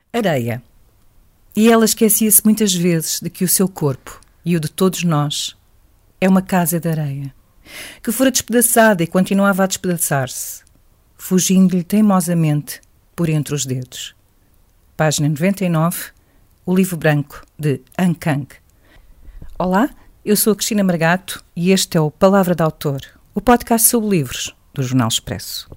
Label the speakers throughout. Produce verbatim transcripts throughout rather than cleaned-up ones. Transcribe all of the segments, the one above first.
Speaker 1: Areia. E ela esquecia-se muitas vezes de que o seu corpo, e o de todos nós, é uma casa de areia, que fora despedaçada e continuava a despedaçar-se, fugindo-lhe teimosamente por entre os dedos. Página noventa e nove, O Livro Branco, de Anh Kang. Olá, eu sou a Cristina Margato e este é o Palavra de Autor, o podcast sobre livros do Jornal Expresso.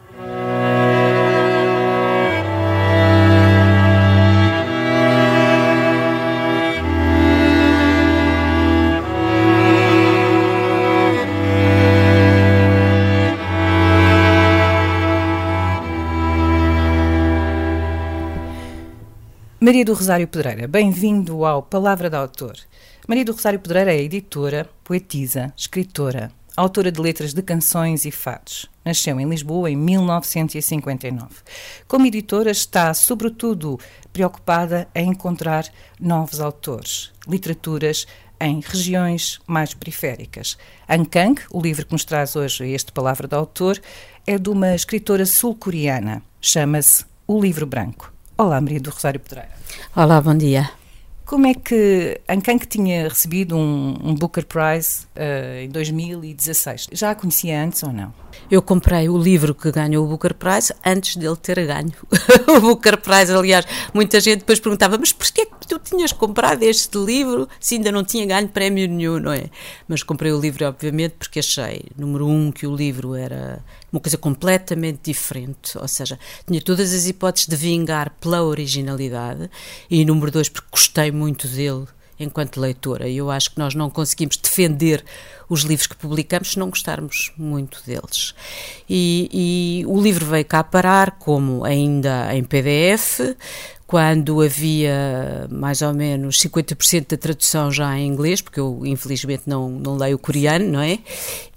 Speaker 1: Maria do Rosário Pedreira, bem-vindo ao Palavra de Autor. Maria do Rosário Pedreira é editora, poetisa, escritora, autora de letras de canções e fados. Nasceu em Lisboa em mil novecentos e cinquenta e nove. Como editora está, sobretudo, preocupada em encontrar novos autores, literaturas em regiões mais periféricas. Anh Kang, o livro que nos traz hoje este Palavra de Autor, é de uma escritora sul-coreana. Chama-se O Livro Branco. Olá, Maria do Rosário Pedreira.
Speaker 2: Olá, bom dia.
Speaker 1: Como é que Anh Kang tinha recebido um, um Booker Prize uh, em dois mil e dezasseis? Já a conhecia antes ou não?
Speaker 2: Eu comprei o livro que ganhou o Booker Prize antes dele ter ganho o Booker Prize. Aliás, muita gente depois perguntava, mas porquê é que tu tinhas comprado este livro se ainda não tinha ganho prémio nenhum, não é? Mas comprei o livro, obviamente, porque achei, número um, que o livro era uma coisa completamente diferente, ou seja, tinha todas as hipóteses de vingar pela originalidade, e número dois, porque gostei muito dele enquanto leitora. Eu acho que nós não conseguimos defender os livros que publicamos se não gostarmos muito deles. E, e o livro veio cá parar como ainda em P D F, quando havia mais ou menos cinquenta por cento da tradução já em inglês, porque eu infelizmente não, não leio coreano, não é?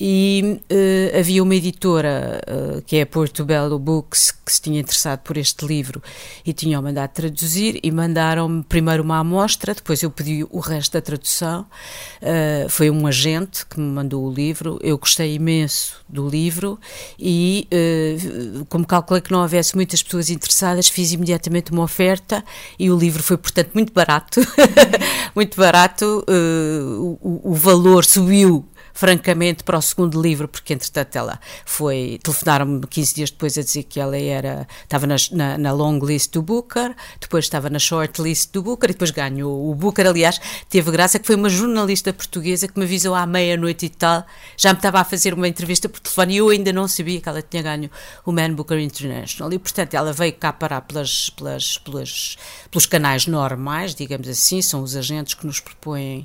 Speaker 2: E uh, havia uma editora, uh, que é a Portobello Books, que se tinha interessado por este livro e tinham mandado traduzir, e mandaram-me primeiro uma amostra, depois eu pedi o resto da tradução. Uh, foi um agente que me mandou o livro, eu gostei imenso do livro e, uh, como calculei que não houvesse muitas pessoas interessadas, fiz imediatamente uma oferta. E o livro foi, portanto, muito barato, muito barato, uh, o, o valor subiu francamente para o segundo livro, porque entretanto ela foi, telefonaram-me quinze dias depois a dizer que ela era, estava na, na, na long list do Booker, depois estava na short list do Booker e depois ganhou o Booker. Aliás, teve graça que foi uma jornalista portuguesa que me avisou à meia-noite e tal, já me estava a fazer uma entrevista por telefone e eu ainda não sabia que ela tinha ganho o Man Booker International, e portanto ela veio cá parar pelas, pelas, pelas, pelos canais normais, digamos assim, são os agentes que nos propõem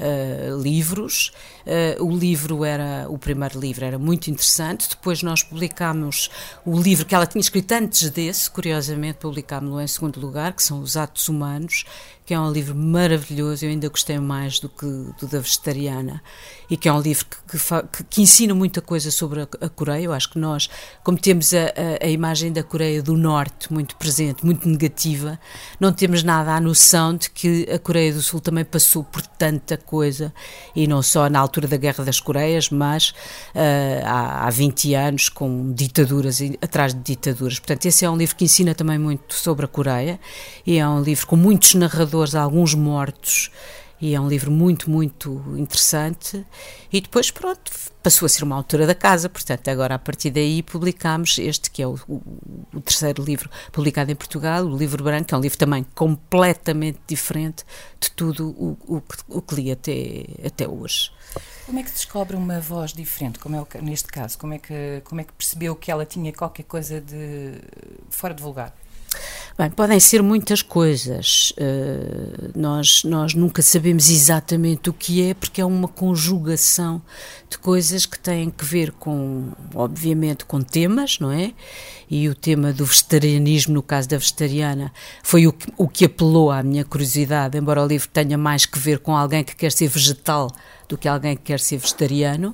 Speaker 2: uh, livros. Uh, o livro era, o primeiro livro era muito interessante, depois nós publicámos o livro que ela tinha escrito antes desse, curiosamente publicámos-lo em segundo lugar, que são Os Atos Humanos, que é um livro maravilhoso, eu ainda gostei mais do que do da Vegetariana, e que é um livro que, que, que ensina muita coisa sobre a, a Coreia. Eu acho que nós, como temos a, a, a imagem da Coreia do Norte muito presente, muito negativa, não temos nada a noção de que a Coreia do Sul também passou por tanta coisa, e não só na altura da Guerra das Coreias, mas uh, há, há vinte anos, com ditaduras atrás de ditaduras. Portanto, esse é um livro que ensina também muito sobre a Coreia, e é um livro com muitos narradores, alguns mortos, e é um livro muito, muito interessante. E depois, pronto, passou a ser uma autora da casa, portanto, agora a partir daí publicámos este, que é o, o, o terceiro livro publicado em Portugal, o Livro Branco, que é um livro também completamente diferente de tudo o, o, o que li até, até hoje.
Speaker 1: Como é que descobre uma voz diferente, como é o, neste caso? Como é, que, como é que percebeu que ela tinha qualquer coisa de fora de vulgar?
Speaker 2: Bem, podem ser muitas coisas, uh, nós, nós nunca sabemos exatamente o que é, porque é uma conjugação de coisas que têm que ver com, obviamente, com temas, não é? E o tema do vegetarianismo, no caso da vegetariana, foi o que, o que apelou à minha curiosidade, embora o livro tenha mais que ver com alguém que quer ser vegetal do que alguém que quer ser vegetariano.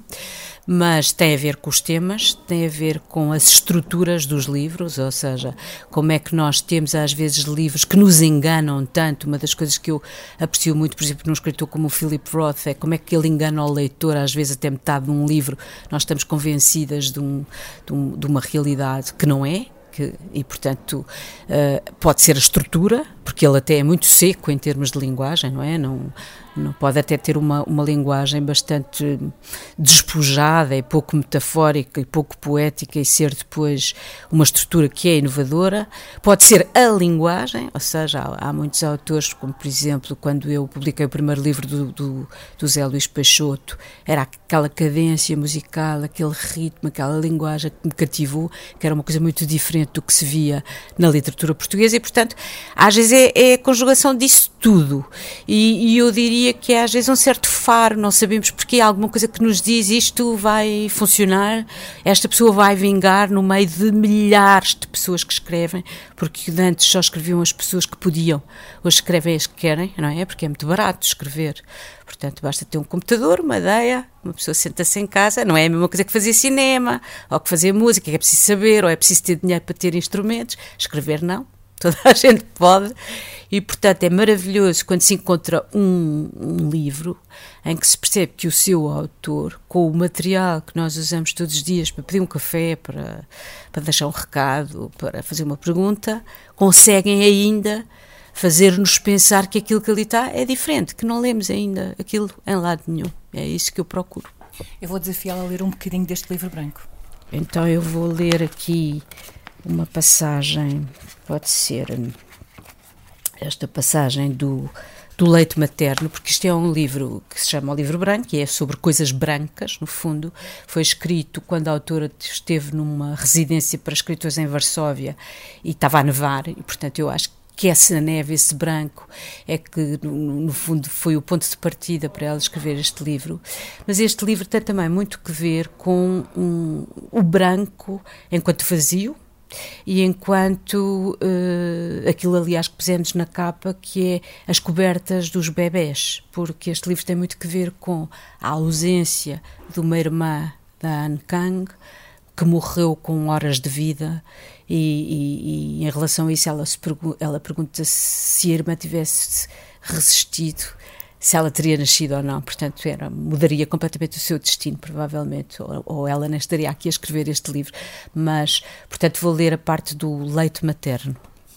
Speaker 2: Mas tem a ver com os temas, tem a ver com as estruturas dos livros, ou seja, como é que nós temos às vezes livros que nos enganam tanto. Uma das coisas que eu aprecio muito, por exemplo, num escritor como o Philip Roth, é como é que ele engana o leitor, às vezes até metade de um livro nós estamos convencidas de, um, de, um, de uma realidade que não é, que, e portanto uh, pode ser a estrutura, porque ele até é muito seco em termos de linguagem, não é? Não, não pode até ter uma, uma linguagem bastante despojada e pouco metafórica e pouco poética e ser depois uma estrutura que é inovadora. Pode ser a linguagem, ou seja, há, há muitos autores, como por exemplo, quando eu publiquei o primeiro livro do, do, do Zé Luís Peixoto, era aquela cadência musical, aquele ritmo, aquela linguagem que me cativou, que era uma coisa muito diferente do que se via na literatura portuguesa e, portanto, às vezes é, é a conjugação disso tudo. E, e eu diria que é às vezes um certo faro, não sabemos porque há alguma coisa que nos diz isto vai funcionar, esta pessoa vai vingar no meio de milhares de pessoas que escrevem, porque antes só escreviam as pessoas que podiam, hoje escrevem as que querem, não é? Porque é muito barato escrever, portanto basta ter um computador, uma ideia, uma pessoa senta-se em casa, não é a mesma coisa que fazer cinema, ou que fazer música, que é preciso saber, ou é preciso ter dinheiro para ter instrumentos, escrever não. Toda a gente pode e, portanto, é maravilhoso quando se encontra um, um livro em que se percebe que o seu autor, com o material que nós usamos todos os dias para pedir um café, para, para deixar um recado, para fazer uma pergunta, conseguem ainda fazer-nos pensar que aquilo que ali está é diferente, que não lemos ainda aquilo em lado nenhum. É isso que eu procuro.
Speaker 1: Eu vou desafiá-la a ler um bocadinho deste livro branco.
Speaker 2: Então eu vou ler aqui uma passagem, pode ser esta passagem do, do leite materno, porque isto é um livro que se chama O Livro Branco e é sobre coisas brancas, no fundo. Foi escrito quando a autora esteve numa residência para escritores em Varsóvia e estava a nevar e, portanto, eu acho que essa neve, esse branco, é que, no, no fundo, foi o ponto de partida para ela escrever este livro. Mas este livro tem também muito que ver com um, o branco enquanto vazio, e enquanto uh, aquilo, aliás, que pusemos na capa, que é as cobertas dos bebés, porque este livro tem muito que ver com a ausência de uma irmã da Anh Kang, que morreu com horas de vida, e, e, e em relação a isso ela, se pergu- ela pergunta se a irmã tivesse resistido, se ela teria nascido ou não, portanto era, mudaria completamente o seu destino, provavelmente, ou, ou ela não estaria aqui a escrever este livro, mas, portanto, vou ler a parte do leite materno.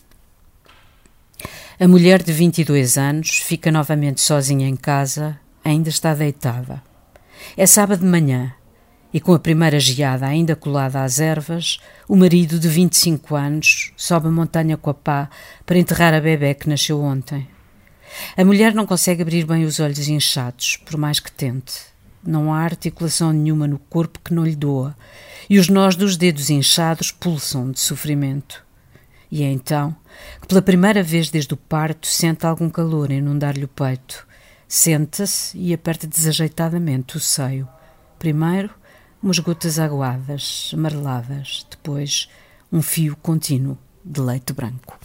Speaker 2: A mulher de vinte e dois anos fica novamente sozinha em casa, ainda está deitada. É sábado de manhã, e com a primeira geada ainda colada às ervas, o marido de vinte e cinco anos sobe a montanha com a pá para enterrar a bebé que nasceu ontem. A mulher não consegue abrir bem os olhos inchados, por mais que tente. Não há articulação nenhuma no corpo que não lhe doa, e os nós dos dedos inchados pulsam de sofrimento. E é então que, pela primeira vez desde o parto, sente algum calor inundar-lhe o peito. Senta-se e aperta desajeitadamente o seio. Primeiro, umas gotas aguadas, amareladas, depois um fio contínuo de leite branco.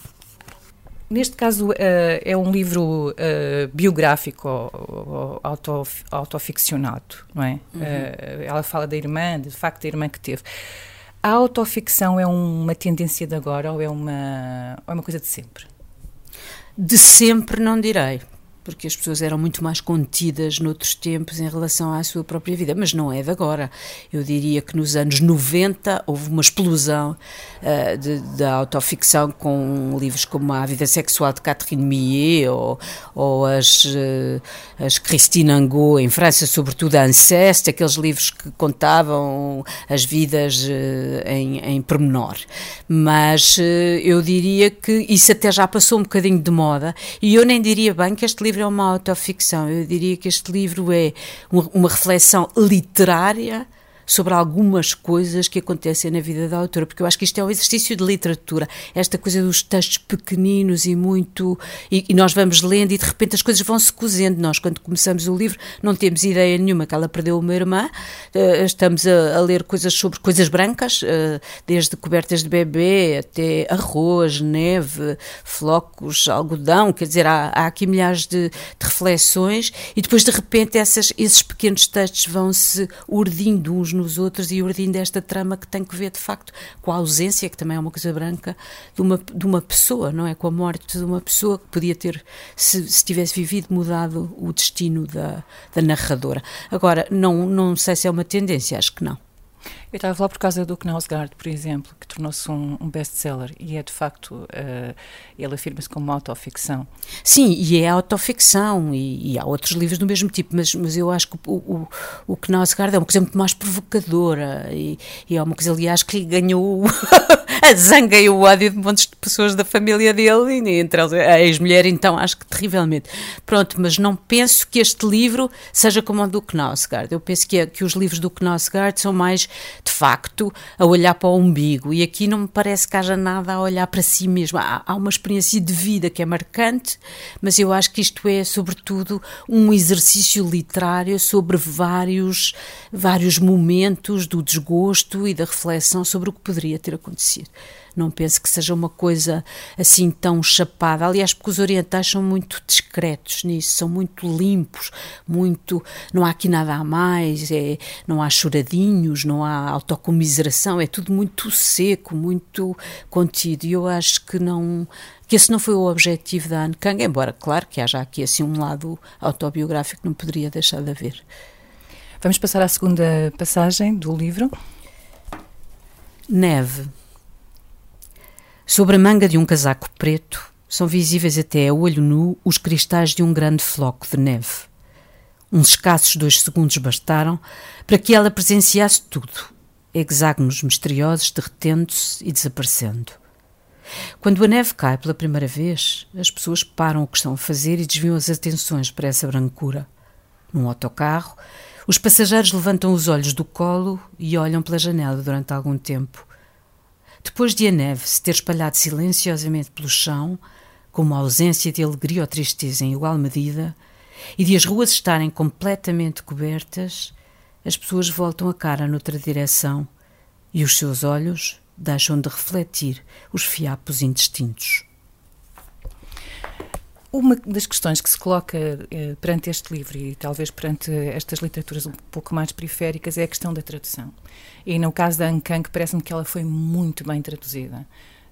Speaker 1: Neste caso, uh, é um livro uh, biográfico ou, ou auto, autoficcionado, não é? Uhum. Uh, ela fala da irmã, de facto, da irmã que teve. A autoficção é uma tendência de agora ou é uma, ou é uma coisa de sempre?
Speaker 2: De sempre não direi, porque as pessoas eram muito mais contidas noutros tempos em relação à sua própria vida, mas não é de agora. Eu diria que nos anos noventa houve uma explosão uh, de, da autoficção com livros como A Vida Sexual de Catherine Millet ou, ou as, uh, as Christine Angot em França, sobretudo a Inceste, aqueles livros que contavam as vidas uh, em, em pormenor. Mas uh, eu diria que isso até já passou um bocadinho de moda e eu nem diria bem que este livro livro é uma autoficção, eu diria que este livro é uma, uma reflexão literária sobre algumas coisas que acontecem na vida da autora, porque eu acho que isto é um exercício de literatura, esta coisa dos textos pequeninos e muito, e, e nós vamos lendo e de repente as coisas vão se cozendo. Nós, quando começamos o livro, não temos ideia nenhuma que ela perdeu uma irmã, uh, estamos a, a ler coisas sobre coisas brancas, uh, desde cobertas de bebê até arroz, neve, flocos, algodão, quer dizer, há, há aqui milhares de, de reflexões e depois de repente essas, esses pequenos textos vão-se urdindo uns nos outros e urdindo esta trama que tem que ver de facto com a ausência, que também é uma coisa branca, de uma, de uma pessoa, não é? Com a morte de uma pessoa que podia ter, se, se tivesse vivido, mudado o destino da, da narradora. Agora, não, não sei se é uma tendência, acho que não.
Speaker 1: Eu estava a falar por causa do Knausgaard, por exemplo, que tornou-se um, um best-seller e é de facto, uh, ele afirma-se como uma autoficção.
Speaker 2: Sim, e é autoficção e, e há outros livros do mesmo tipo, mas, mas eu acho que o, o, o Knausgaard é uma coisa muito mais provocadora e, e é uma coisa, aliás, que lhe ganhou a zanga e o ódio de montes de pessoas da família dele e entre eles a ex-mulher, então acho que terrivelmente. Pronto, mas não penso que este livro seja como o do Knausgaard. Eu penso que, é, que os livros do Knausgaard são mais, de facto, a olhar para o umbigo e aqui não me parece que haja nada a olhar para si mesmo. Há, há uma experiência de vida que é marcante, mas eu acho que isto é, sobretudo, um exercício literário sobre vários, vários momentos do desgosto e da reflexão sobre o que poderia ter acontecido. Não penso que seja uma coisa assim tão chapada. Aliás, porque os orientais são muito discretos nisso, são muito limpos, muito, não há aqui nada a mais, é, não há choradinhos, não há autocomiseração, é tudo muito seco, muito contido. E eu acho que não, que esse não foi o objetivo da Anh Kang, embora, claro, que haja aqui assim um lado autobiográfico que não poderia deixar de haver.
Speaker 1: Vamos passar à segunda passagem do livro.
Speaker 2: Neve. Sobre a manga de um casaco preto, são visíveis até a olho nu os cristais de um grande floco de neve. Uns escassos dois segundos bastaram para que ela presenciasse tudo, hexágonos misteriosos derretendo-se e desaparecendo. Quando a neve cai pela primeira vez, as pessoas param o que estão a fazer e desviam as atenções para essa brancura. Num autocarro, os passageiros levantam os olhos do colo e olham pela janela durante algum tempo. Depois de a neve se ter espalhado silenciosamente pelo chão, com uma ausência de alegria ou tristeza em igual medida, e de as ruas estarem completamente cobertas, as pessoas voltam a cara noutra direção e os seus olhos deixam de refletir os fiapos indistintos.
Speaker 1: Uma das questões que se coloca eh, perante este livro e talvez perante estas literaturas um pouco mais periféricas é a questão da tradução. E no caso da Anh Kang parece-me que ela foi muito bem traduzida.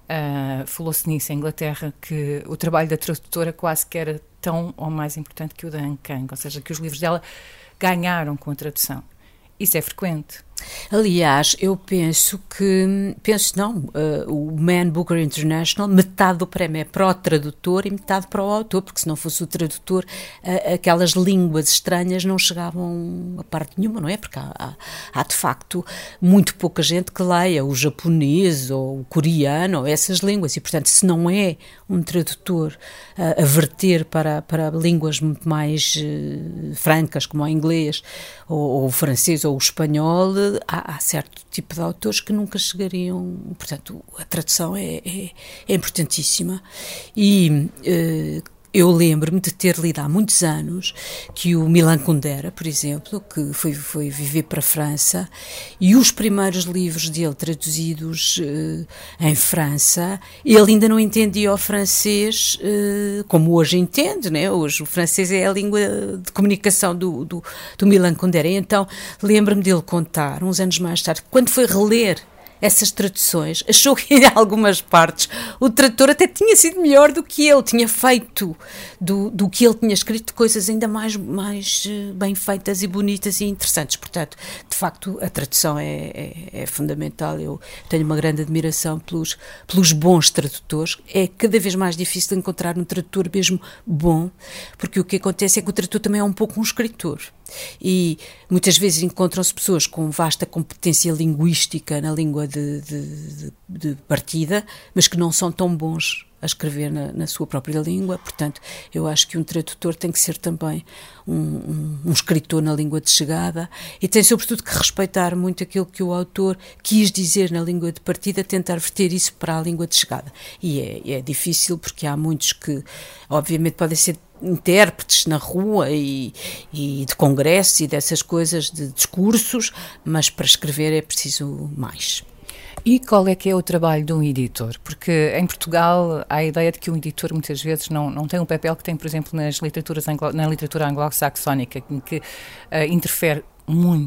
Speaker 1: Uh, falou-se nisso em Inglaterra, que o trabalho da tradutora quase que era tão ou mais importante que o da Anh Kang, ou seja, que os livros dela ganharam com a tradução. Isso é frequente.
Speaker 2: Aliás, eu penso que, penso não, uh, o Man Booker International, metade do prémio é para o tradutor e metade para o autor, porque se não fosse o tradutor, uh, aquelas línguas estranhas não chegavam a parte nenhuma, não é? Porque há, há, há de facto muito pouca gente que leia o japonês ou o coreano ou essas línguas e, portanto, se não é um tradutor uh, a verter para, para línguas muito mais uh, francas, como o inglês ou, ou o francês ou o espanhol, Há, há certo tipo de autores que nunca chegariam, portanto a tradução é, é, é importantíssima e eh, eu lembro-me de ter lido há muitos anos que o Milan Kundera, por exemplo, que foi, foi viver para a França, e os primeiros livros dele traduzidos eh, em França, ele ainda não entendia o francês eh, como hoje entende, né? Hoje o francês é a língua de comunicação do, do, do Milan Kundera. E então lembro-me dele contar, uns anos mais tarde, quando foi reler essas traduções, achou que em algumas partes o tradutor até tinha sido melhor do que ele, tinha feito do, do que ele tinha escrito coisas ainda mais, mais bem feitas e bonitas e interessantes. Portanto, de facto, a tradução é, é, é fundamental. Eu tenho uma grande admiração pelos, pelos bons tradutores. É cada vez mais difícil de encontrar um tradutor mesmo bom, porque o que acontece é que o tradutor também é um pouco um escritor. E muitas vezes encontram-se pessoas com vasta competência linguística na língua de, de, de partida, mas que não são tão bons a escrever na, na sua própria língua. Portanto, eu acho que um tradutor tem que ser também um, um, um escritor na língua de chegada e tem sobretudo que respeitar muito aquilo que o autor quis dizer na língua de partida, tentar verter isso para a língua de chegada. E é, é difícil porque há muitos que obviamente podem ser intérpretes na rua e, e de congressos e dessas coisas, de discursos, mas para escrever é preciso mais.
Speaker 1: E qual é que é o trabalho de um editor? Porque em Portugal há a ideia de que um editor muitas vezes não, não tem um papel que tem, por exemplo, nas literaturas anglo, na literatura anglo-saxónica, em que uh, interfere muito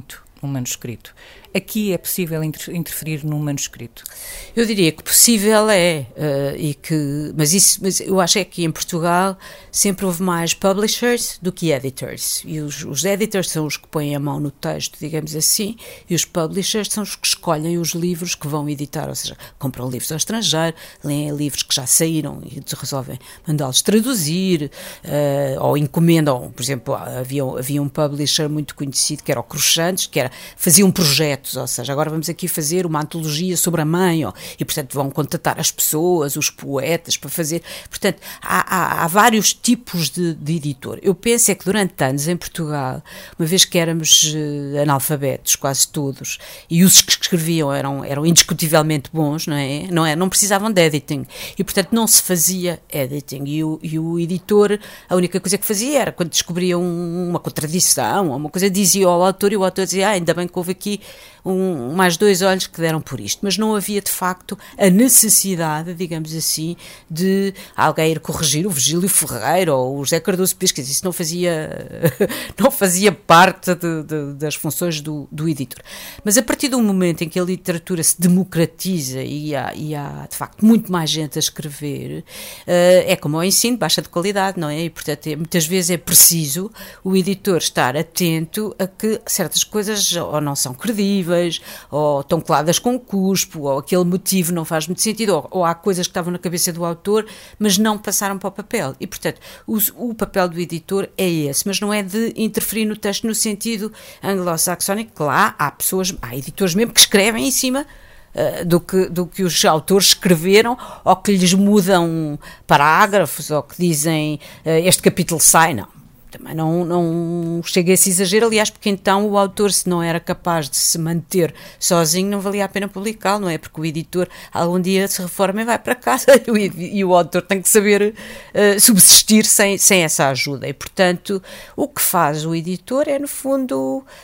Speaker 1: um manuscrito. Aqui é possível inter- interferir num manuscrito?
Speaker 2: Eu diria que possível é, uh, e que, mas, isso, mas eu acho é que em Portugal sempre houve mais publishers do que editors. E os, os editors são os que põem a mão no texto, digamos assim, e os publishers são os que escolhem os livros que vão editar, ou seja, compram livros ao estrangeiro, leem livros que já saíram e resolvem mandá-los traduzir, uh, ou encomendam. Por exemplo, havia, havia um publisher muito conhecido que era o Cruxantes, que era, fazia um projeto, ou seja, agora vamos aqui fazer uma antologia sobre a mãe, ó, e portanto vão contatar as pessoas, os poetas para fazer, portanto há, há, há vários tipos de, de editor. Eu penso é que durante anos em Portugal, uma vez que éramos uh, analfabetos quase todos, e os que escreviam eram, eram indiscutivelmente bons, não é? Não, é? Não precisavam de editing, e portanto não se fazia editing, e o, e o editor, a única coisa que fazia era, quando descobria um, uma contradição, ou uma coisa, dizia ao autor, e o autor dizia, ah, ainda bem que houve aqui Um, mais dois olhos que deram por isto, mas não havia de facto a necessidade, digamos assim, de alguém ir corrigir o Virgílio Ferreira ou o José Cardoso Pires, isso não fazia, não fazia parte de, de, das funções do, do editor. Mas a partir do momento em que a literatura se democratiza e há, e há de facto muito mais gente a escrever, uh, é como ao ensino, baixa de qualidade, não é? E portanto é, muitas vezes é preciso o editor estar atento a que certas coisas ou não são credíveis, ou estão coladas com cuspo, ou aquele motivo não faz muito sentido, ou, ou há coisas que estavam na cabeça do autor, mas não passaram para o papel. E, portanto, o, o papel do editor é esse, mas não é de interferir no texto no sentido anglo-saxónico, que lá há pessoas, há editores mesmo que escrevem em cima Uh, do, que, do que os autores escreveram, ou que lhes mudam parágrafos, ou que dizem uh, este capítulo sai, não. Também não, não chega a esse exagero, aliás, porque então o autor, se não era capaz de se manter sozinho, não valia a pena publicá-lo, não é? Porque o editor algum dia se reforma e vai para casa e, e o autor tem que saber uh, subsistir sem, sem essa ajuda. E, portanto, o que faz o editor é, no fundo, uh,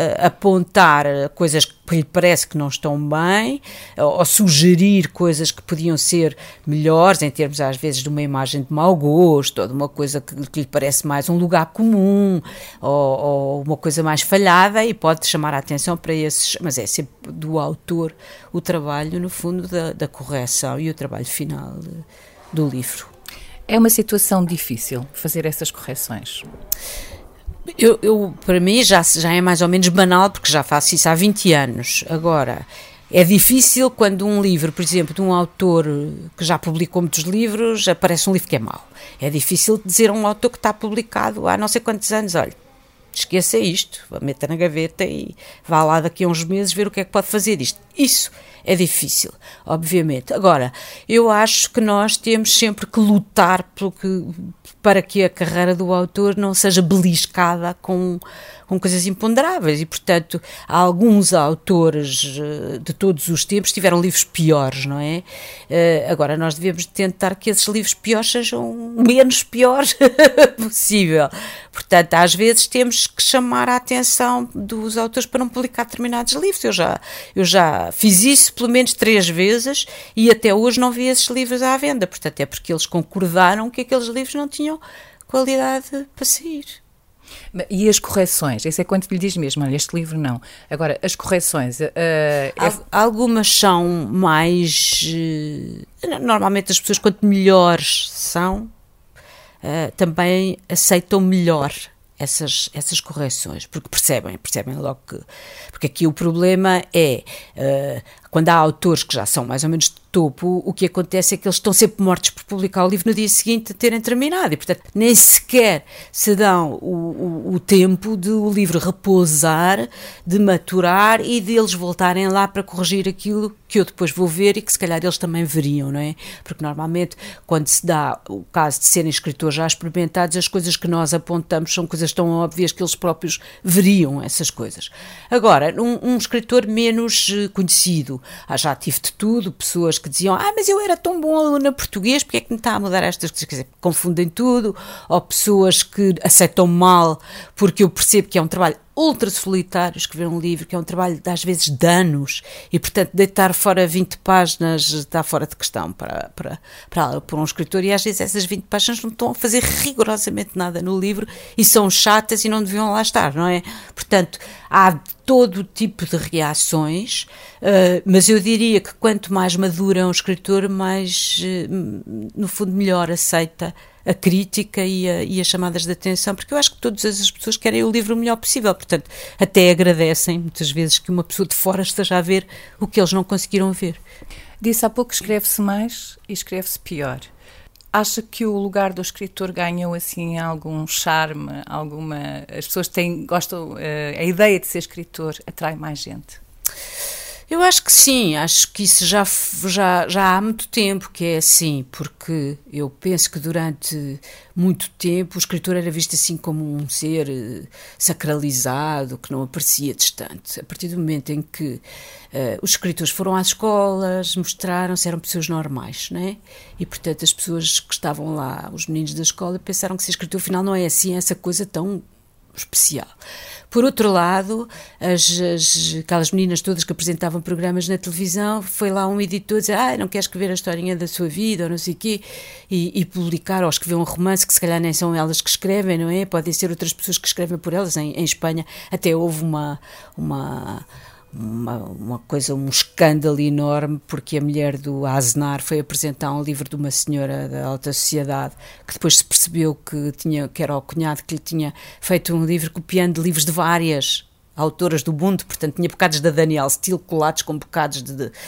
Speaker 2: apontar coisas que lhe parece que não estão bem, ou, ou sugerir coisas que podiam ser melhores, em termos, às vezes, de uma imagem de mau gosto, ou de uma coisa que, que lhe parece mais um lugar comum, ou, ou uma coisa mais falhada, e pode chamar a atenção para esses, mas é sempre do autor o trabalho, no fundo, da, da correção e o trabalho final de, do livro.
Speaker 1: É uma situação difícil fazer essas correções?
Speaker 2: Eu, eu, para mim já, já é mais ou menos banal, porque já faço isso há vinte anos. Agora, é difícil quando um livro, por exemplo, de um autor que já publicou muitos livros, aparece um livro que é mau. É difícil dizer a um autor que está publicado há não sei quantos anos, olha, esqueça isto, meta na gaveta e vá lá daqui a uns meses ver o que é que pode fazer disto. Isso é difícil, obviamente. Agora, eu acho que nós temos sempre que lutar pelo que, para que a carreira do autor não seja beliscada com, com coisas imponderáveis, e, portanto, alguns autores de todos os tempos tiveram livros piores, não é? Agora, nós devemos tentar que esses livros piores sejam o menos piores possível. Portanto, às vezes temos que chamar a atenção dos autores para não publicar determinados livros. Eu já, eu já fiz isso pelo menos três vezes e até hoje não vi esses livros à venda. Portanto, é porque eles concordaram que aqueles livros não tinham qualidade para sair.
Speaker 1: E as correções? Esse é quando lhe diz mesmo, olha, este livro não. Agora, as correções... Uh, é...
Speaker 2: Algumas são mais... Uh, normalmente as pessoas, quanto melhores são, uh, também aceitam melhor essas, essas correções, porque percebem, percebem logo que... Porque aqui o problema é... Uh, quando há autores que já são mais ou menos de topo, o que acontece é que eles estão sempre mortos por publicar o livro no dia seguinte de terem terminado, e portanto nem sequer se dão o, o, o tempo de o livro repousar, de maturar e de eles voltarem lá para corrigir aquilo que eu depois vou ver e que se calhar eles também veriam, não é? Porque normalmente quando se dá o caso de serem escritores já experimentados, as coisas que nós apontamos são coisas tão óbvias que eles próprios veriam essas coisas. Agora, um, um escritor menos conhecido, ah, já tive de tudo, pessoas que diziam, ah, mas eu era tão bom aluno a português, porque é que me está a mudar estas coisas? Quer dizer, confundem tudo, ou pessoas que aceitam mal porque eu percebo que é um trabalho ultra solitário escrever um livro, que é um trabalho de, às vezes, de anos, e, portanto, deitar fora vinte páginas está fora de questão para, para, para, para um escritor, e às vezes essas vinte páginas não estão a fazer rigorosamente nada no livro e são chatas e não deviam lá estar, não é? Portanto, há todo tipo de reações, uh, mas eu diria que quanto mais maduro é um escritor, mais, uh, no fundo, melhor aceita a crítica e, a, e as chamadas de atenção, porque eu acho que todas as pessoas querem o livro o melhor possível, portanto, até agradecem muitas vezes que uma pessoa de fora esteja a ver o que eles não conseguiram ver.
Speaker 1: Disse há pouco que escreve-se mais e escreve-se pior. Acha que o lugar do escritor ganhou assim algum charme, alguma... As pessoas têm, gostam, a ideia de ser escritor atrai mais gente?
Speaker 2: Eu acho que sim, acho que isso já, já, já há muito tempo que é assim, porque eu penso que durante muito tempo o escritor era visto assim como um ser sacralizado, que não aparecia distante. A partir do momento em que uh, os escritores foram às escolas, mostraram-se, eram pessoas normais, não é? E, portanto, as pessoas que estavam lá, os meninos da escola, pensaram que ser escritor, afinal, não é assim, essa coisa tão especial. Por outro lado, as, as, aquelas meninas todas que apresentavam programas na televisão, foi lá um editor dizer, ah, não quer escrever a historinha da sua vida, ou não sei o quê, e, e publicar, ou escrever um romance, que se calhar nem são elas que escrevem, não é? Podem ser outras pessoas que escrevem por elas. Em, em Espanha até houve uma... uma Uma, uma coisa, um escândalo enorme, porque a mulher do Aznar foi apresentar um livro de uma senhora da alta sociedade, que depois se percebeu que, tinha, que era o cunhado que lhe tinha feito um livro copiando livros de várias autoras do mundo, portanto tinha bocados da Danielle Steele colados com bocados de, de,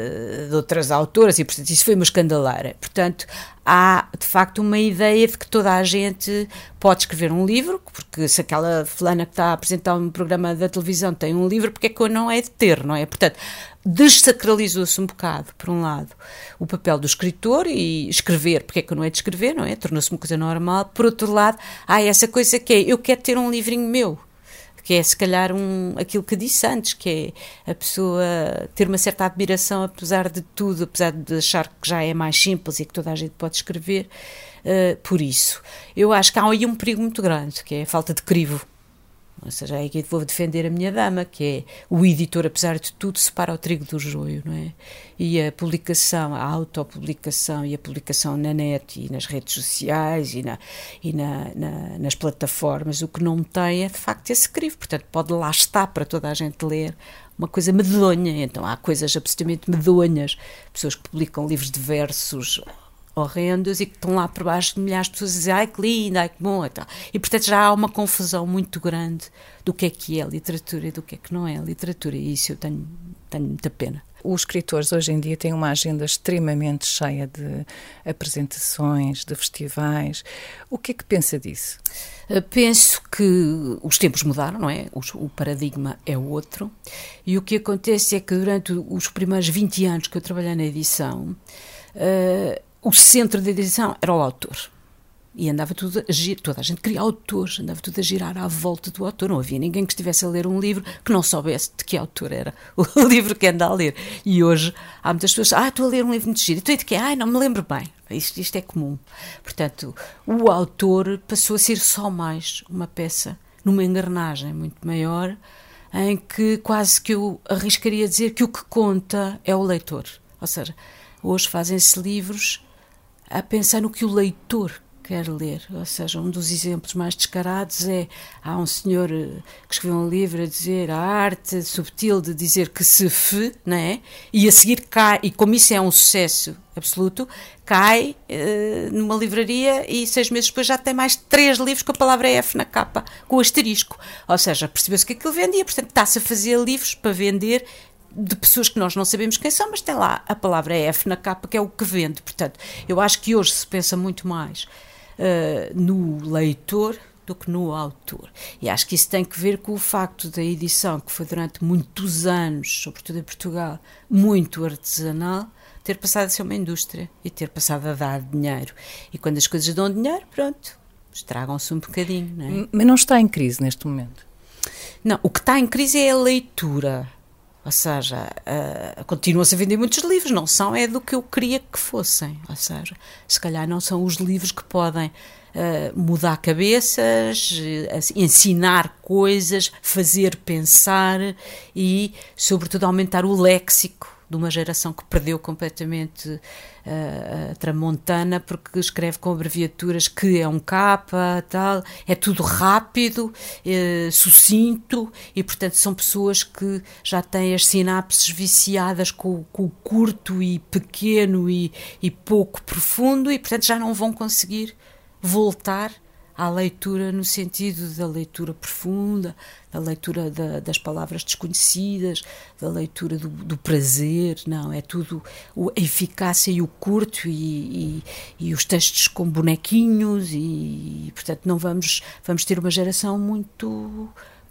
Speaker 2: de outras autoras, e portanto isso foi uma escandaleira. Portanto, há de facto uma ideia de que toda a gente pode escrever um livro, porque se aquela fulana que está a apresentar um programa da televisão tem um livro, porque é que eu não é de ter, não é? Portanto, desacralizou-se um bocado, por um lado, o papel do escritor, e escrever, porque é que eu não é de escrever, não é? Tornou-se uma coisa normal. Por outro lado, há essa coisa que é, eu quero ter um livrinho meu, que é se calhar um, aquilo que disse antes, que é a pessoa ter uma certa admiração, apesar de tudo, apesar de achar que já é mais simples e que toda a gente pode escrever, uh, por isso. Eu acho que há aí um perigo muito grande, que é a falta de crivo. Ou seja, é que vou defender a minha dama, que é o editor, apesar de tudo, separa o trigo do joio, não é? E a publicação, a autopublicação e a publicação na net e nas redes sociais e, na, e na, na, nas plataformas, o que não tem é, de facto, esse crivo. Portanto, pode lá estar para toda a gente ler uma coisa medonha. Então, há coisas absolutamente medonhas. Pessoas que publicam livros de versos horrendos e que estão lá por baixo de milhares de pessoas a dizer, ai que lindo, ai que bom, e tal. E portanto já há uma confusão muito grande do que é que é literatura e do que é que não é literatura, e isso eu tenho, tenho muita pena.
Speaker 1: Os escritores hoje em dia têm uma agenda extremamente cheia de apresentações, de festivais. O que é que pensa disso?
Speaker 2: Penso que os tempos mudaram, não é? O paradigma é outro, e o que acontece é que durante os primeiros vinte anos que eu trabalhei na edição, uh, o centro da edição era o autor. E andava tudo a girar, toda a gente queria autores, andava tudo a girar à volta do autor. Não havia ninguém que estivesse a ler um livro que não soubesse de que autor era o livro que anda a ler. E hoje há muitas pessoas, ah, estou a ler um livro muito giro. Então, de que? Ah, não me lembro bem. Isto, isto é comum. Portanto, o autor passou a ser só mais uma peça numa engrenagem muito maior, em que quase que eu arriscaria dizer que o que conta é o leitor. Ou seja, hoje fazem-se livros a pensar no que o leitor quer ler. Ou seja, um dos exemplos mais descarados é, há um senhor que escreveu um livro a dizer a arte subtil de dizer que se f, não é? E a seguir cai, e como isso é um sucesso absoluto, cai uh, numa livraria e seis meses depois já tem mais três livros com a palavra F na capa, com o asterisco. Ou seja, percebeu-se que aquilo vendia, portanto está-se a fazer livros para vender de pessoas que nós não sabemos quem são, mas tem lá a palavra F na capa, que é o que vende. Portanto, eu acho que hoje se pensa muito mais uh, no leitor do que no autor. E acho que isso tem que ver com o facto da edição, que foi durante muitos anos, sobretudo em Portugal, muito artesanal, ter passado a ser uma indústria e ter passado a dar dinheiro. E quando as coisas dão dinheiro, pronto, estragam-se um bocadinho, não é?
Speaker 1: Mas não está em crise neste momento?
Speaker 2: Não, o que está em crise é a leitura. Ou seja, uh, continuam-se a vender muitos livros, não são é do que eu queria que fossem. Ou seja, se calhar não são os livros que podem uh, mudar cabeças, uh, ensinar coisas, fazer pensar e, sobretudo, aumentar o léxico de uma geração que perdeu completamente uh, a tramontana porque escreve com abreviaturas que é um capa, tal, é tudo rápido, uh, sucinto e, portanto, são pessoas que já têm as sinapses viciadas com, com o curto e pequeno e, e pouco profundo e, portanto, já não vão conseguir voltar à leitura no sentido da leitura profunda, da leitura da, das palavras desconhecidas, da leitura do, do prazer, não, é tudo o, a eficácia e o curto e, e, e os textos com bonequinhos e, e, portanto, não vamos, vamos ter uma geração muito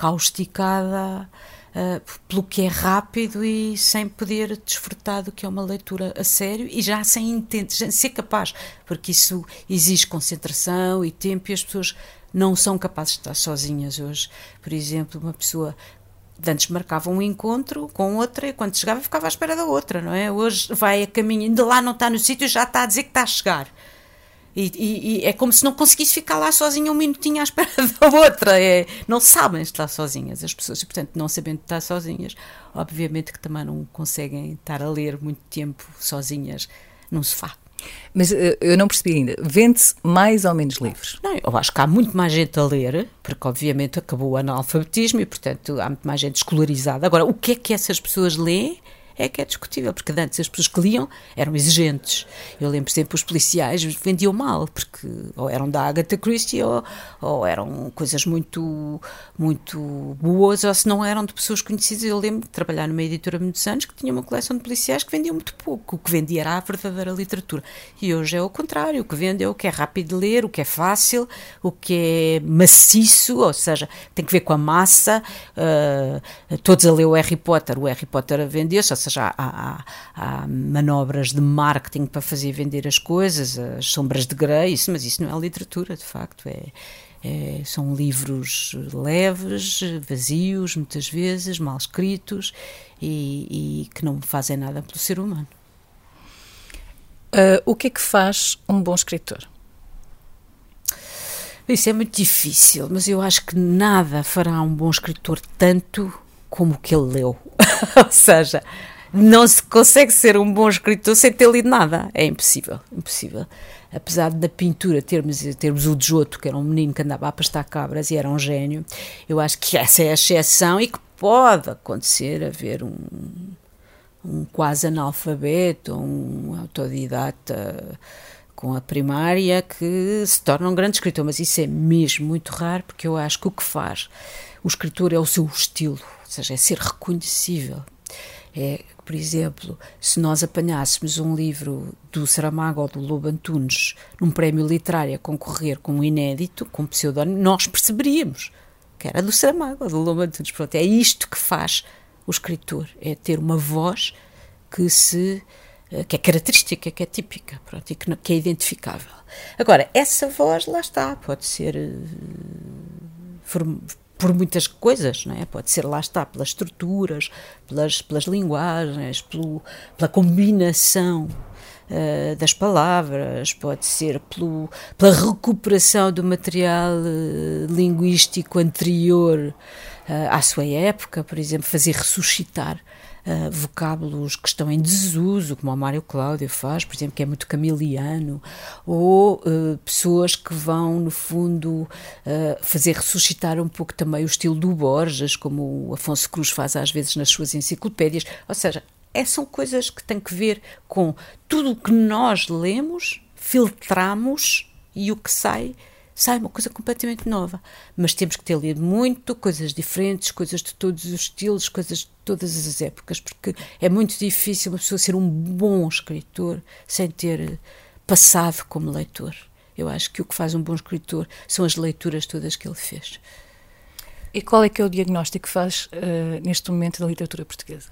Speaker 2: causticada Uh, pelo que é rápido e sem poder desfrutar do que é uma leitura a sério e já sem intento, sem ser capaz, porque isso exige concentração e tempo e as pessoas não são capazes de estar sozinhas hoje. Por exemplo, uma pessoa antes marcava um encontro com outra e quando chegava ficava à espera da outra, não é? Hoje vai a caminho, ainda lá não está no sítio e já está a dizer que está a chegar. E, e, e é como se não conseguisse ficar lá sozinha um minutinho à espera da outra, é, não sabem estar sozinhas as pessoas e, portanto, não sabendo estar sozinhas, obviamente que também não conseguem estar a ler muito tempo sozinhas num sofá.
Speaker 1: Mas eu não percebi ainda, vende-se mais ou menos livros?
Speaker 2: Não, eu acho que há muito mais gente a ler, porque obviamente acabou o analfabetismo e, portanto, há muito mais gente escolarizada. Agora, o que é que essas pessoas leem? É que é discutível, porque antes as pessoas que liam eram exigentes. Eu lembro sempre os policiais vendiam mal, porque ou eram da Agatha Christie ou, ou eram coisas muito, muito boas, ou se não eram de pessoas conhecidas. Eu lembro de trabalhar numa editora há muitos anos que tinha uma coleção de policiais que vendiam muito pouco. O que vendia era a verdadeira literatura. E hoje é o contrário, o que vende é o que é rápido de ler, o que é fácil, o que é maciço, ou seja, tem que ver com a massa. Uh, todos a ler o Harry Potter, o Harry Potter vendeu-se, ou seja, Há, há, há manobras de marketing para fazer vender as coisas, as sombras de Grey, isso, mas isso não é literatura, de facto, é, é, são livros leves, vazios, muitas vezes, mal escritos e, e que não fazem nada pelo ser humano.
Speaker 1: Uh, o que é que faz um bom escritor?
Speaker 2: Isso é muito difícil, mas eu acho que nada fará um bom escritor tanto como o que ele leu. Ou seja, não se consegue ser um bom escritor sem ter lido nada. É impossível, impossível. Apesar de na pintura termos, termos o Giotto, que era um menino que andava a pastar cabras e era um gênio, eu acho que essa é a exceção e que pode acontecer haver um, um quase analfabeto, um autodidata com a primária que se torna um grande escritor, mas isso é mesmo muito raro, porque eu acho que o que faz o escritor é o seu estilo, ou seja, é ser reconhecível. É, por exemplo, se nós apanhássemos um livro do Saramago ou do Lobo Antunes num prémio literário a concorrer com um inédito, com um pseudónimo, nós perceberíamos que era do Saramago ou do Lobo Antunes. Pronto, é isto que faz o escritor, é ter uma voz que, se, que é característica, que é típica, pronto, e que, que é identificável. Agora, essa voz, lá está, pode ser uh, por muitas coisas, não é? Pode ser, lá está, pelas estruturas, pelas, pelas linguagens, pelo, pela combinação uh, das palavras, pode ser pelo, pela recuperação do material uh, linguístico anterior uh, à sua época, por exemplo, fazer ressuscitar Uh, vocábulos que estão em desuso, como o Mário Cláudio faz, por exemplo, que é muito camiliano, ou uh, pessoas que vão, no fundo, uh, fazer ressuscitar um pouco também o estilo do Borges, como o Afonso Cruz faz às vezes nas suas enciclopédias. Ou seja, essas são coisas que têm que ver com tudo o que nós lemos, filtramos e o que sai sai uma coisa completamente nova, mas temos que ter lido muito, coisas diferentes, coisas de todos os estilos, coisas de todas as épocas, porque é muito difícil uma pessoa ser um bom escritor sem ter passado como leitor. Eu acho que o que faz um bom escritor são as leituras todas que ele fez.
Speaker 1: E qual é que é o diagnóstico que faz uh, neste momento da literatura portuguesa?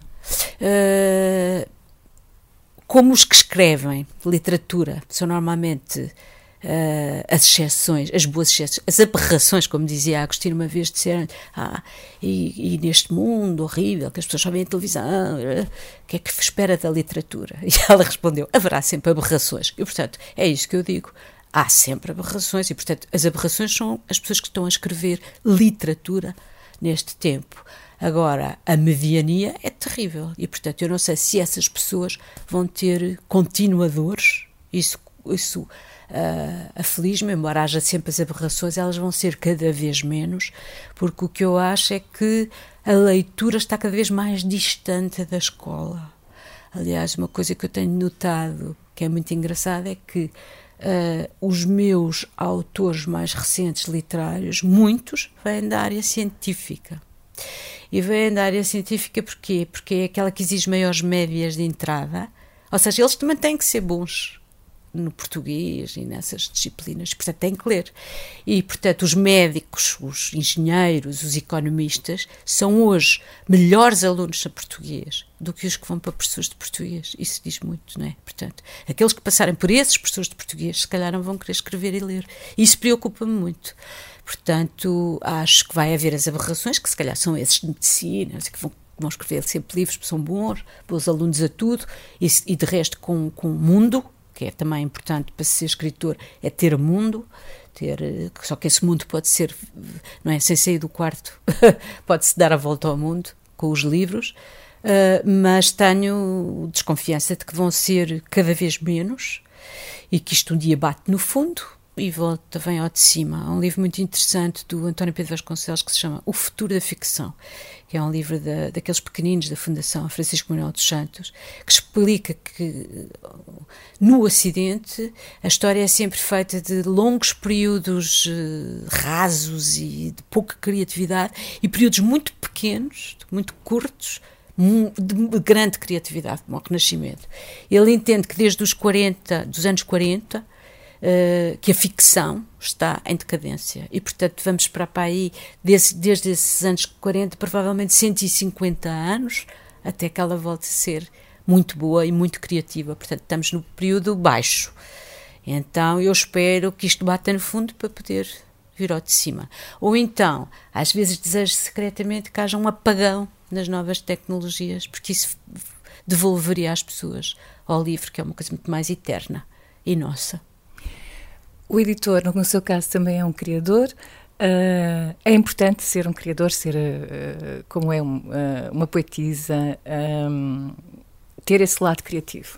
Speaker 2: Uh, como os que escrevem literatura são normalmente Uh, as exceções, as boas exceções, as aberrações, como dizia a Agostina uma vez, disseram ah, e, e neste mundo horrível que as pessoas só veem a televisão, o que é que espera da literatura? E ela respondeu, haverá sempre aberrações. E portanto, é isso que eu digo, há sempre aberrações e portanto as aberrações são as pessoas que estão a escrever literatura neste tempo. Agora, a mediania é terrível e portanto eu não sei se essas pessoas vão ter continuadores, isso, isso Uh, aflige-me, embora haja sempre as aberrações, elas vão ser cada vez menos, porque o que eu acho é que a leitura está cada vez mais distante da escola. Aliás, uma coisa que eu tenho notado, que é muito engraçada, é que uh, os meus autores mais recentes literários, muitos, vêm da área científica. E vêm da área científica porquê? Porque é aquela que exige maiores médias de entrada, ou seja, eles também têm que ser bons no português e nessas disciplinas, portanto têm que ler. E, portanto, os médicos, os engenheiros, os economistas são hoje melhores alunos de português do que os que vão para professores de português. Isso diz muito, não é? Portanto, aqueles que passarem por esses professores de português, se calhar não vão querer escrever e ler. Isso preocupa-me muito. Portanto, acho que vai haver as aberrações, que se calhar são esses de medicina, que vão vão escrever sempre livros, porque são bons, bons alunos a tudo, e, e de resto com, com o mundo, que é também importante para ser escritor, é ter mundo, ter, só que esse mundo pode ser, não é, sem sair do quarto, pode-se dar a volta ao mundo com os livros, uh, mas tenho desconfiança de que vão ser cada vez menos e que isto um dia bate no fundo e volta, vem ao de cima. Há um livro muito interessante do António Pedro Vasconcelos que se chama O Futuro da Ficção, que é um livro da, daqueles pequeninos da Fundação Francisco Manuel dos Santos, que explica que no Ocidente a história é sempre feita de longos períodos uh, rasos e de pouca criatividade e períodos muito pequenos, muito curtos, de grande criatividade, como o Renascimento. Ele entende que desde os quarenta, dos anos quarenta, Uh, que a ficção está em decadência e, portanto, vamos para, para aí desde, desde esses anos quarenta, provavelmente cento e cinquenta anos, até que ela volte a ser muito boa e muito criativa. Portanto, estamos no período baixo. Então, eu espero que isto bata no fundo para poder vir ao de cima. Ou então, às vezes desejo secretamente que haja um apagão nas novas tecnologias, porque isso devolveria às pessoas ao livro, que é uma coisa muito mais eterna e nossa.
Speaker 1: O editor, no seu caso, também é um criador. Uh, é importante ser um criador, ser uh, como é um, uh, uma poetisa, um, ter esse lado criativo.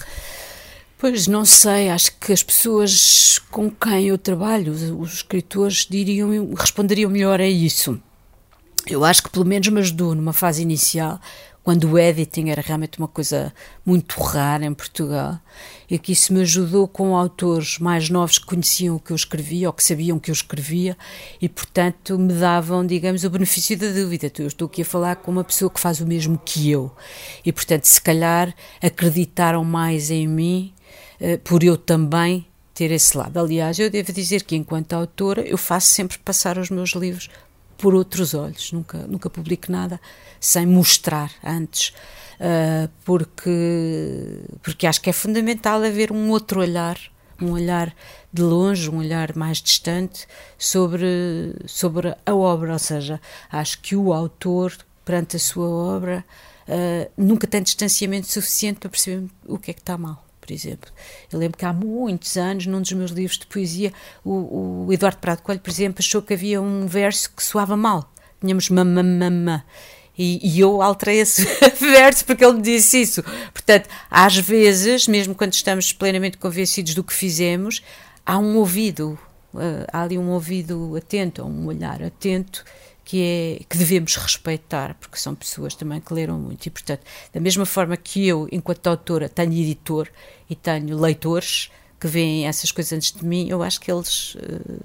Speaker 2: Pois, não sei, acho que as pessoas com quem eu trabalho, os, os escritores, diriam, responderiam melhor a isso. Eu acho que pelo menos me ajudou numa fase inicial, quando o editing era realmente uma coisa muito rara em Portugal, e que isso me ajudou com autores mais novos que conheciam o que eu escrevia, ou que sabiam que eu escrevia, e, portanto, me davam, digamos, o benefício da dúvida. Eu estou aqui a falar com uma pessoa que faz o mesmo que eu, e, portanto, se calhar acreditaram mais em mim, eh, por eu também ter esse lado. Aliás, eu devo dizer que, enquanto autora, eu faço sempre passar os meus livros por outros olhos, nunca, nunca publico nada sem mostrar antes, uh, porque, porque acho que é fundamental haver um outro olhar, um olhar de longe, um olhar mais distante sobre, sobre a obra, ou seja, acho que o autor, perante a sua obra, uh, nunca tem distanciamento suficiente para perceber o que é que está mal. Por exemplo, eu lembro que há muitos anos, num dos meus livros de poesia, o, o Eduardo Prado Coelho, por exemplo, achou que havia um verso que soava mal. Tínhamos mamamama. E, e eu alterei esse verso porque ele me disse isso. Portanto, às vezes, mesmo quando estamos plenamente convencidos do que fizemos, há um ouvido, uh, há ali um ouvido atento, um olhar atento, que, é, que devemos respeitar, porque são pessoas também que leram muito. E, portanto, da mesma forma que eu, enquanto autora, tenho editor e tenho leitores que veem essas coisas antes de mim, eu acho que eles uh,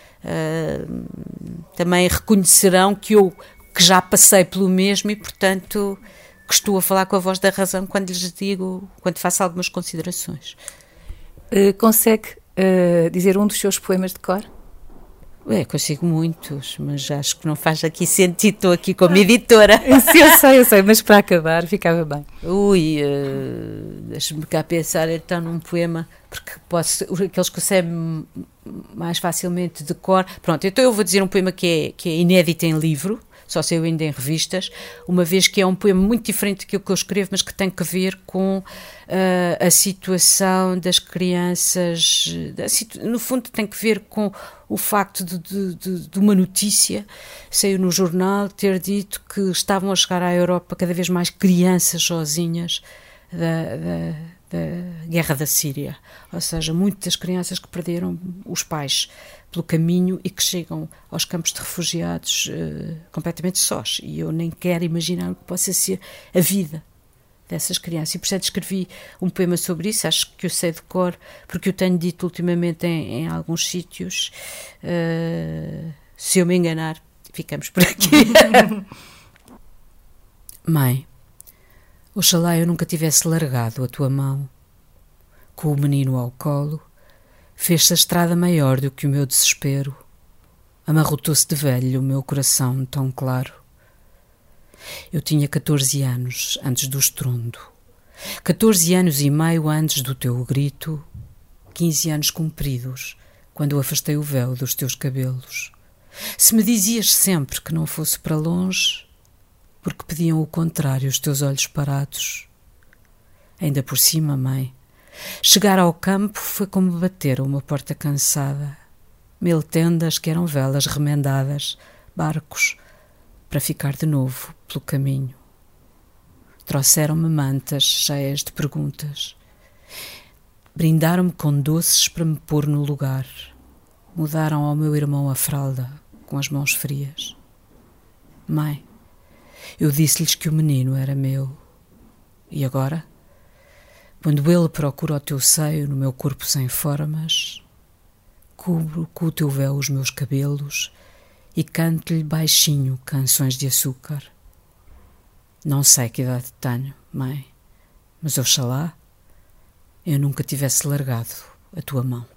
Speaker 2: uh, também reconhecerão que eu que já passei pelo mesmo e, portanto, que estou a falar com a voz da razão quando lhes digo, quando faço algumas considerações.
Speaker 1: Uh, consegue uh, dizer um dos seus poemas de cor?
Speaker 2: É, consigo muitos, mas acho que não faz aqui sentido, estou aqui como editora.
Speaker 1: Sim, eu sei, eu sei, mas para acabar ficava bem.
Speaker 2: Ui, uh, deixa-me cá pensar então num poema, porque posso, aqueles que eu sei mais facilmente de cor. Pronto, então eu vou dizer um poema que é, que é inédito em livro, só saiu ainda em revistas, uma vez que é um poema muito diferente daquilo que eu escrevo, mas que tem que ver com uh, a situação das crianças, situ- no fundo tem que ver com o facto de, de, de, de uma notícia, saiu no jornal, ter dito que estavam a chegar à Europa cada vez mais crianças sozinhas da, da, da guerra da Síria, ou seja, muitas crianças que perderam os pais pelo caminho e que chegam aos campos de refugiados uh, completamente sós, e eu nem quero imaginar o que possa ser a vida dessas crianças, e portanto escrevi um poema sobre isso, acho que eu sei de cor, porque eu tenho dito ultimamente em, em alguns sítios, uh, se eu me enganar, ficamos por aqui. Mãe, oxalá eu nunca tivesse largado a tua mão, com o menino ao colo, fez-se a estrada maior do que o meu desespero, amarrotou-se de velho o meu coração tão claro. Eu tinha catorze anos antes do estrondo, catorze anos e meio antes do teu grito, quinze anos cumpridos, quando afastei o véu dos teus cabelos. Se me dizias sempre que não fosse para longe, porque pediam o contrário os teus olhos parados. Ainda por cima, mãe, chegar ao campo foi como bater a uma porta cansada. Mil tendas que eram velas remendadas, barcos, para ficar de novo pelo caminho. Trouxeram-me mantas cheias de perguntas. Brindaram-me com doces para me pôr no lugar. Mudaram ao meu irmão a fralda com as mãos frias. Mãe, eu disse-lhes que o menino era meu. E agora? Quando ele procura o teu seio no meu corpo sem formas, cubro com o teu véu os meus cabelos e canto-lhe baixinho canções de açúcar. Não sei que idade tenho, mãe, mas oxalá eu nunca tivesse largado a tua mão.